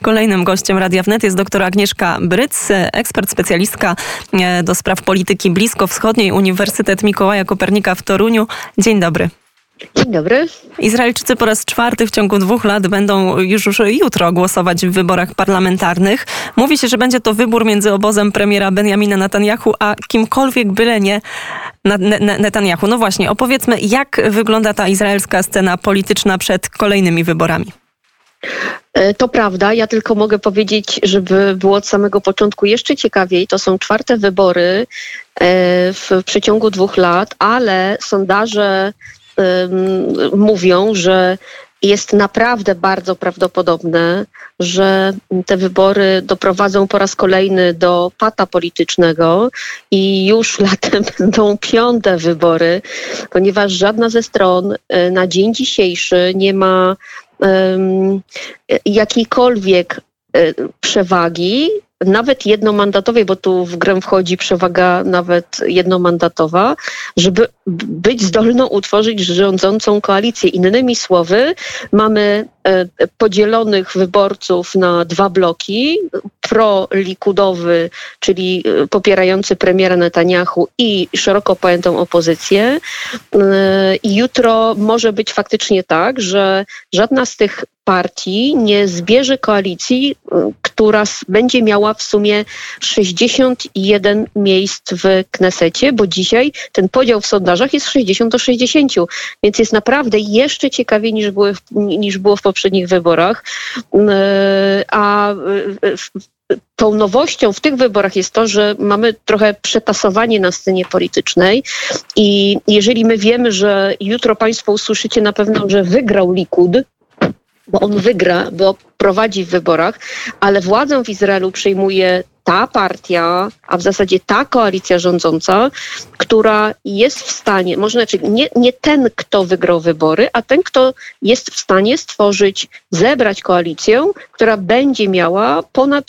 Kolejnym gościem Radia Wnet jest dr Agnieszka Bryc, ekspert, specjalistka do spraw polityki bliskowschodniej, Uniwersytet Mikołaja Kopernika w Toruniu. Dzień dobry. Dzień dobry. Izraelczycy po raz czwarty w ciągu 2 lat będą już jutro głosować w wyborach parlamentarnych. Mówi się, że będzie to wybór między obozem premiera Benjamina Netanjahu a kimkolwiek byle nie Netanjahu. No właśnie, opowiedzmy, jak wygląda ta izraelska scena polityczna przed kolejnymi wyborami. To prawda, ja tylko mogę powiedzieć, żeby było od samego początku jeszcze ciekawiej. To są 4. wybory w przeciągu 2 lat, ale sondaże mówią, że jest naprawdę bardzo prawdopodobne, że te wybory doprowadzą po raz kolejny do pata politycznego i już latem będą 5. wybory, ponieważ żadna ze stron na dzień dzisiejszy nie ma jakiejkolwiek przewagi, nawet jednomandatowej, bo tu w grę wchodzi przewaga nawet jednomandatowa, żeby być zdolną utworzyć rządzącą koalicję. Innymi słowy, mamy podzielonych wyborców na 2 bloki, pro-likudowy, czyli popierający premiera Netanjahu i szeroko pojętą opozycję. I jutro może być faktycznie tak, że żadna z tych partii nie zbierze koalicji, która będzie miała w sumie 61 miejsc w Knesecie, bo dzisiaj ten podział w sondażach jest 60-60, więc jest naprawdę jeszcze ciekawiej niż było w poprzednich wyborach. A tą nowością w tych wyborach jest to, że mamy trochę przetasowanie na scenie politycznej i jeżeli my wiemy, że jutro Państwo usłyszycie na pewno, że wygrał Likud, bo on wygra, bo prowadzi w wyborach, ale władzę w Izraelu przejmuje ta partia, a w zasadzie ta koalicja rządząca, która jest w stanie, nie ten, kto wygrał wybory, a ten, kto jest w stanie zebrać koalicję, która będzie miała ponad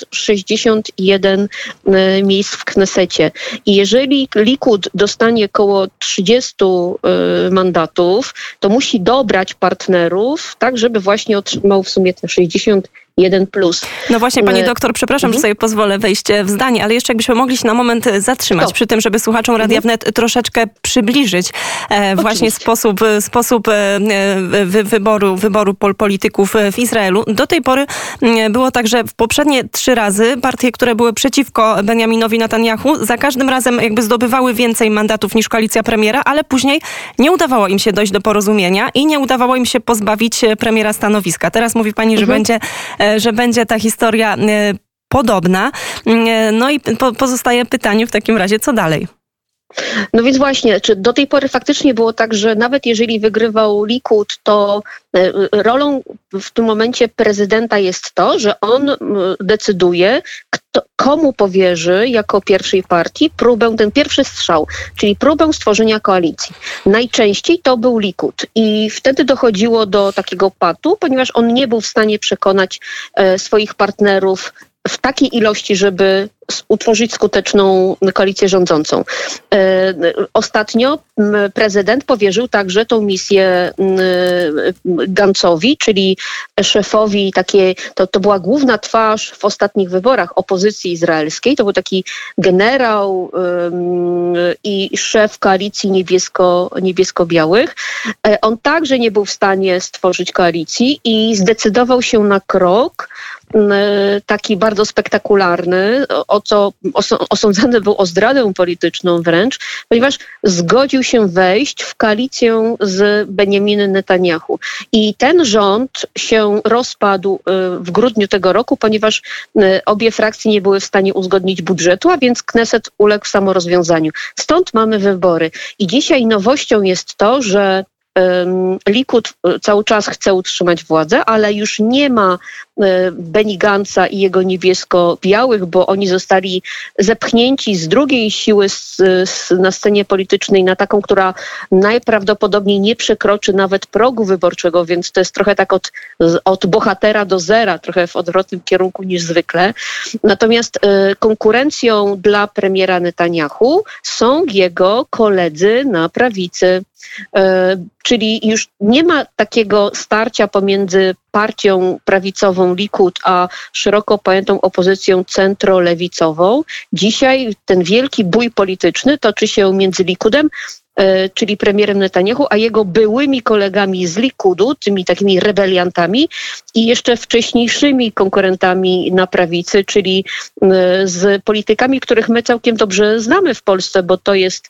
61 miejsc w Knesecie. I jeżeli Likud dostanie około 30 mandatów, to musi dobrać partnerów, tak żeby właśnie otrzymał w sumie te 61 plus. No właśnie, pani doktor, przepraszam, że sobie pozwolę wejść w zdanie, ale jeszcze jakbyśmy mogli się na moment zatrzymać przy tym, żeby słuchaczom Radia Wnet troszeczkę przybliżyć właśnie sposób wyboru polityków w Izraelu. Do tej pory było tak, że w poprzednie 3 razy partie, które były przeciwko Benjaminowi Netanjahu, za każdym razem jakby zdobywały więcej mandatów niż koalicja premiera, ale później nie udawało im się dojść do porozumienia i nie udawało im się pozbawić premiera stanowiska. Teraz mówi pani, że będzie ta historia podobna. No i pozostaje pytanie w takim razie, co dalej? No więc właśnie, czy do tej pory faktycznie było tak, że nawet jeżeli wygrywał Likud, to rolą w tym momencie prezydenta jest to, że on decyduje, komu powierzy jako pierwszej partii ten pierwszy strzał, czyli próbę stworzenia koalicji. Najczęściej to był Likud i wtedy dochodziło do takiego patu, ponieważ on nie był w stanie przekonać swoich partnerów w takiej ilości, żeby utworzyć skuteczną koalicję rządzącą. Ostatnio prezydent powierzył także tą misję Gantzowi, czyli szefowi to była główna twarz w ostatnich wyborach opozycji izraelskiej. To był taki generał i szef koalicji niebiesko-białych. On także nie był w stanie stworzyć koalicji i zdecydował się na krok taki bardzo spektakularny, co osądzany był o zdradę polityczną wręcz, ponieważ zgodził się wejść w koalicję z Benjaminem Netanjahu. I ten rząd się rozpadł w grudniu tego roku, ponieważ obie frakcje nie były w stanie uzgodnić budżetu, a więc Kneset uległ samorozwiązaniu. Stąd mamy wybory. I dzisiaj nowością jest to, że Likud cały czas chce utrzymać władzę, ale już nie ma Beni Gantza i jego niebiesko-białych, bo oni zostali zepchnięci z drugiej siły na scenie politycznej na taką, która najprawdopodobniej nie przekroczy nawet progu wyborczego, więc to jest trochę tak od bohatera do zera, trochę w odwrotnym kierunku niż zwykle. Natomiast konkurencją dla premiera Netanjahu są jego koledzy na prawicy. Czyli już nie ma takiego starcia pomiędzy partią prawicową Likud, a szeroko pojętą opozycją centrolewicową. Dzisiaj ten wielki bój polityczny toczy się między Likudem, czyli premierem Netanjahu, a jego byłymi kolegami z Likudu, tymi takimi rebeliantami i jeszcze wcześniejszymi konkurentami na prawicy, czyli z politykami, których my całkiem dobrze znamy w Polsce, bo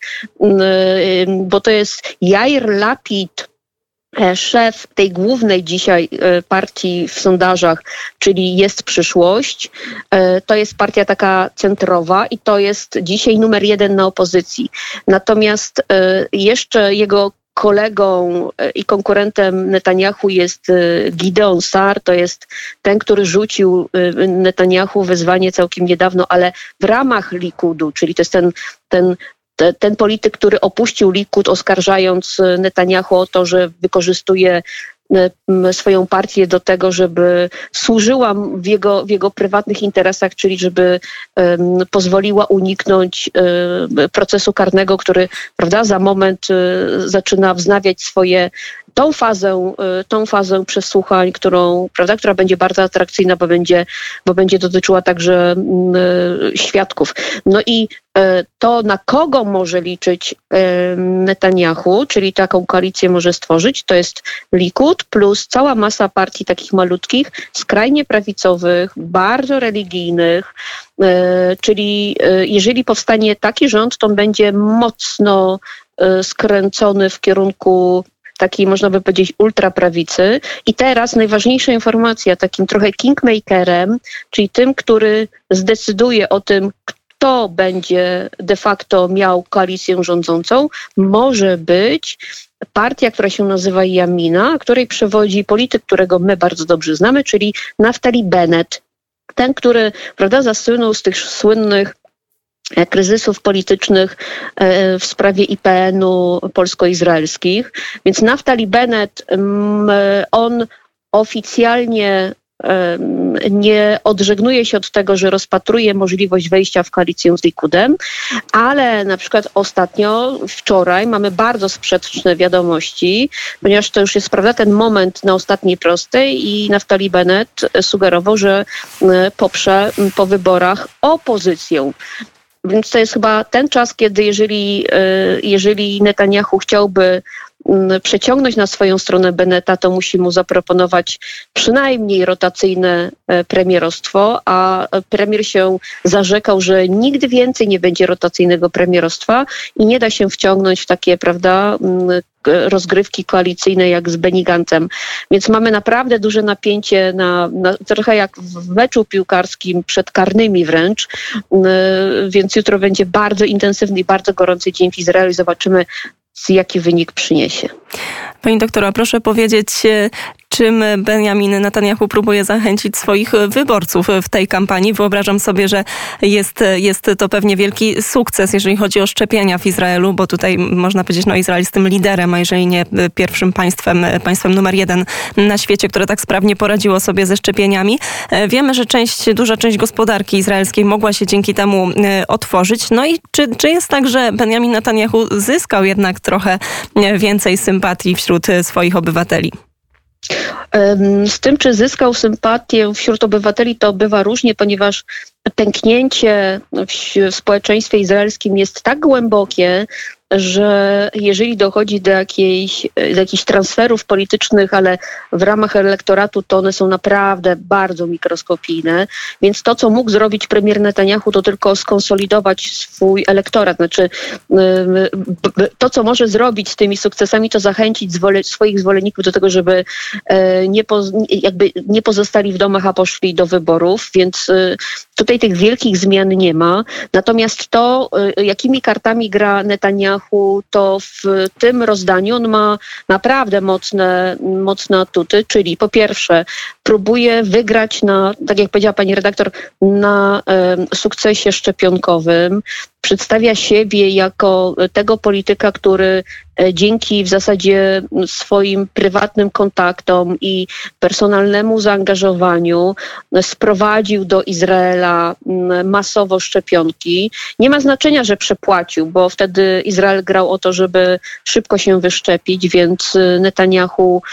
to jest Jair Lapid, szef tej głównej dzisiaj partii w sondażach, czyli Jest Przyszłość. To jest partia taka centrowa i to jest dzisiaj numer 1 na opozycji. Natomiast jeszcze jego kolegą i konkurentem Netanjahu jest Gideon Sa'ar, to jest ten, który rzucił Netanjahu wyzwanie całkiem niedawno, ale w ramach Likudu, czyli to jest ten polityk, który opuścił Likud, oskarżając Netanjahu o to, że wykorzystuje swoją partię do tego, żeby służyła w jego prywatnych interesach, czyli żeby pozwoliła uniknąć procesu karnego, który, prawda, za moment zaczyna wznawiać tą fazę przesłuchań, która będzie bardzo atrakcyjna, bo będzie dotyczyła także świadków. No i to, na kogo może liczyć Netanjahu, czyli taką koalicję może stworzyć, to jest Likud plus cała masa partii takich malutkich, skrajnie prawicowych, bardzo religijnych, czyli jeżeli powstanie taki rząd, to on będzie mocno skręcony w kierunku takiej, można by powiedzieć, ultraprawicy. I teraz najważniejsza informacja, takim trochę kingmakerem, czyli tym, który zdecyduje o tym, kto będzie de facto miał koalicję rządzącą, może być partia, która się nazywa Yamina, której przewodzi polityk, którego my bardzo dobrze znamy, czyli Naftali Bennett. Ten, który, prawda, zasłynął z tych słynnych kryzysów politycznych w sprawie IPN-u polsko-izraelskich. Więc Naftali Bennett, on oficjalnie nie odżegnuje się od tego, że rozpatruje możliwość wejścia w koalicję z Likudem, ale na przykład wczoraj mamy bardzo sprzeczne wiadomości, ponieważ to już jest, prawda, ten moment na ostatniej prostej i Naftali Bennett sugerował, że poprze po wyborach opozycję. Więc to jest chyba ten czas, kiedy jeżeli Netanjahu chciałby przeciągnąć na swoją stronę Bennetta, to musi mu zaproponować przynajmniej rotacyjne premierostwo, a premier się zarzekał, że nigdy więcej nie będzie rotacyjnego premierostwa i nie da się wciągnąć w takie, prawda, rozgrywki koalicyjne jak z Benny Gantzem. Więc mamy naprawdę duże napięcie, trochę jak w meczu piłkarskim przed karnymi wręcz, więc jutro będzie bardzo intensywny i bardzo gorący dzień w Izraelu i zobaczymy, jaki wynik przyniesie. Pani doktora, proszę powiedzieć, czym Benjamin Netanjahu próbuje zachęcić swoich wyborców w tej kampanii. Wyobrażam sobie, że jest to pewnie wielki sukces, jeżeli chodzi o szczepienia w Izraelu, bo tutaj można powiedzieć, Izrael jest tym liderem, a jeżeli nie pierwszym państwem numer 1 na świecie, które tak sprawnie poradziło sobie ze szczepieniami. Wiemy, że duża część gospodarki izraelskiej mogła się dzięki temu otworzyć. No i czy jest tak, że Benjamin Netanjahu zyskał jednak trochę więcej sympatii wśród swoich obywateli? Z tym, czy zyskał sympatię wśród obywateli, to bywa różnie, ponieważ pęknięcie w społeczeństwie izraelskim jest tak głębokie, że jeżeli dochodzi do jakichś transferów politycznych, ale w ramach elektoratu, to one są naprawdę bardzo mikroskopijne. Więc to, co mógł zrobić premier Netanjahu, to tylko skonsolidować swój elektorat. Znaczy to, co może zrobić z tymi sukcesami, to zachęcić swoich zwolenników do tego, żeby nie pozostali w domach, a poszli do wyborów. Więc tutaj tych wielkich zmian nie ma. Natomiast to, jakimi kartami gra Netanjahu, to w tym rozdaniu on ma naprawdę mocne atuty, czyli po pierwsze próbuje wygrać tak jak powiedziała pani redaktor, na sukcesie szczepionkowym. przedstawia siebie jako tego polityka, który dzięki w zasadzie swoim prywatnym kontaktom i personalnemu zaangażowaniu sprowadził do Izraela masowo szczepionki. Nie ma znaczenia, że przepłacił, bo wtedy Izrael grał o to, żeby szybko się wyszczepić, więc Netanyahu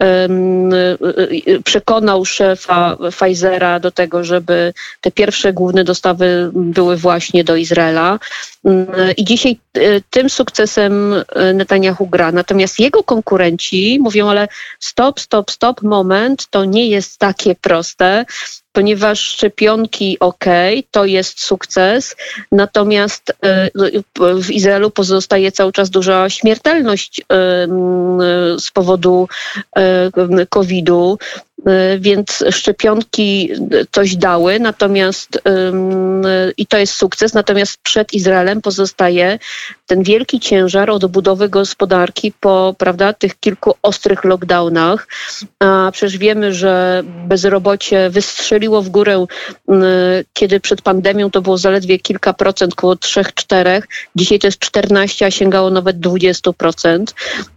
przekonał szefa Pfizera do tego, żeby te pierwsze główne dostawy były właśnie do Izraela. I dzisiaj tym sukcesem Netanyahu gra. Natomiast jego konkurenci mówią, ale stop, moment, to nie jest takie proste, ponieważ szczepionki to jest sukces, natomiast w Izraelu pozostaje cały czas duża śmiertelność z powodu COVID-u, więc szczepionki coś dały, natomiast i to jest sukces, natomiast przed Izraelem pozostaje ten wielki ciężar odbudowy gospodarki po, tych kilku ostrych lockdownach. A przecież wiemy, że bezrobocie wystrzeliło w górę, kiedy przed pandemią to było zaledwie kilka procent, około 3-4. Dzisiaj to jest 14, a sięgało nawet 20%.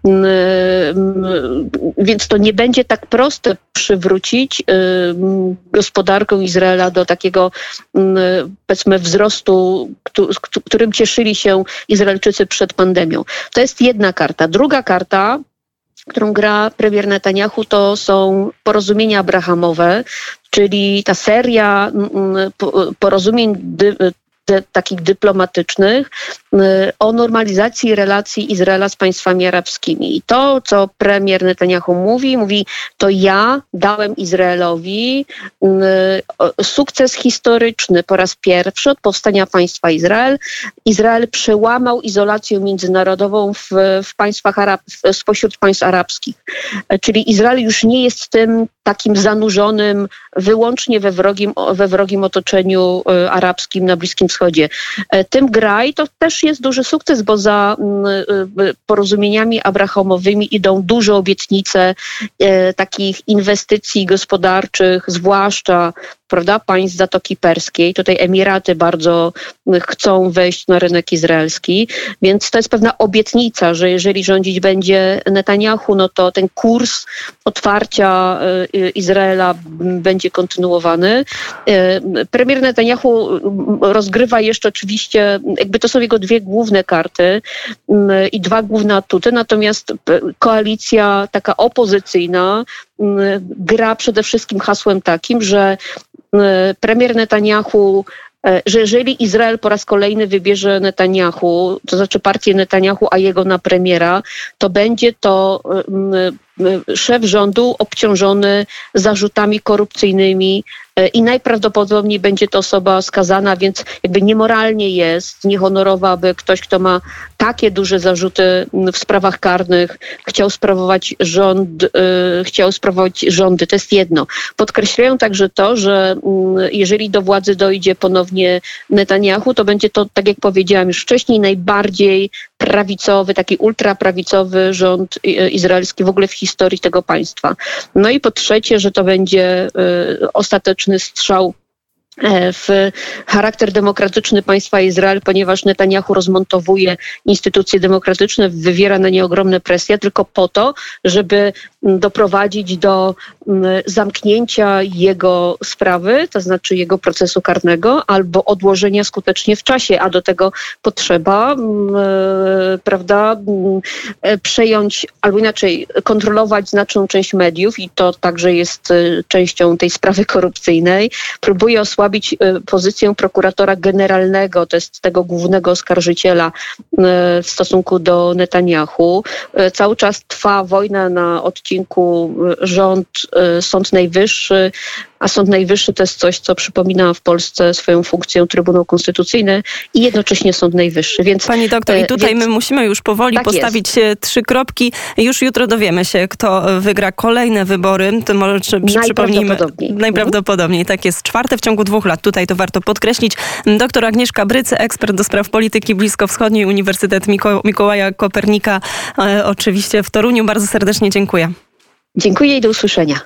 Więc to nie będzie tak proste przywrócić gospodarkę Izraela do takiego, powiedzmy, wzrostu, którym cieszyli się Izraelczycy przed pandemią. To jest jedna karta. Druga karta, którą gra premier Netanyahu, to są porozumienia abrahamowe, czyli ta seria porozumień takich dyplomatycznych o normalizacji relacji Izraela z państwami arabskimi. I to, co premier Netanyahu mówi, to ja dałem Izraelowi sukces historyczny po raz pierwszy od powstania państwa Izrael. Izrael przełamał izolację międzynarodową w państwach spośród państw arabskich. Czyli Izrael już nie jest tym takim zanurzonym wyłącznie we wrogim otoczeniu arabskim na Bliskim Wschodzie. Tym gra i to też jest duży sukces, bo za porozumieniami abrahamowymi idą duże obietnice takich inwestycji gospodarczych, zwłaszcza państw Zatoki Perskiej. Tutaj Emiraty bardzo chcą wejść na rynek izraelski, więc to jest pewna obietnica, że jeżeli rządzić będzie Netanyahu, no to ten kurs otwarcia Izraela będzie kontynuowany. Premier Netanyahu rozgrywa jeszcze oczywiście, to są jego dwie główne karty i dwa główne atuty, natomiast koalicja taka opozycyjna gra przede wszystkim hasłem takim, że premier Netanyahu, że jeżeli Izrael po raz kolejny wybierze Netanyahu, to znaczy partię Netanyahu, a jego na premiera, to będzie to szef rządu obciążony zarzutami korupcyjnymi i najprawdopodobniej będzie to osoba skazana, więc niemoralnie jest, niehonorowo, aby ktoś, kto ma takie duże zarzuty w sprawach karnych, chciał sprawować rządy. To jest jedno. Podkreślają także to, że jeżeli do władzy dojdzie ponownie Netanyahu, to będzie to, tak jak powiedziałam już wcześniej, najbardziej prawicowy, taki ultraprawicowy rząd izraelski w ogóle w historii tego państwa. No i po trzecie, że to będzie ostateczny strzał w charakter demokratyczny państwa Izrael, ponieważ Netanyahu rozmontowuje instytucje demokratyczne, wywiera na nie ogromne presje, tylko po to, żeby doprowadzić do zamknięcia jego sprawy, to znaczy jego procesu karnego, albo odłożenia skutecznie w czasie, a do tego potrzeba, przejąć, albo inaczej kontrolować znaczną część mediów i to także jest częścią tej sprawy korupcyjnej. Próbuje osłabić pozycję prokuratora generalnego, to jest tego głównego oskarżyciela w stosunku do Netanyahu. Cały czas trwa wojna na odcinku rząd, Sąd Najwyższy, a Sąd Najwyższy to jest coś, co przypomina w Polsce swoją funkcją Trybunał Konstytucyjny i jednocześnie Sąd Najwyższy. Więc, pani doktor, i tutaj my musimy już powoli postawić 3 kropki. Już jutro dowiemy się, kto wygra kolejne wybory. To może przypomnijmy. Najprawdopodobniej. Tak jest. 4 w ciągu 2 lat. Tutaj to warto podkreślić. Doktor Agnieszka Brycy, ekspert do spraw polityki bliskowschodniej, Uniwersytet Mikołaja Kopernika, oczywiście w Toruniu. Bardzo serdecznie dziękuję. Dziękuję i do usłyszenia.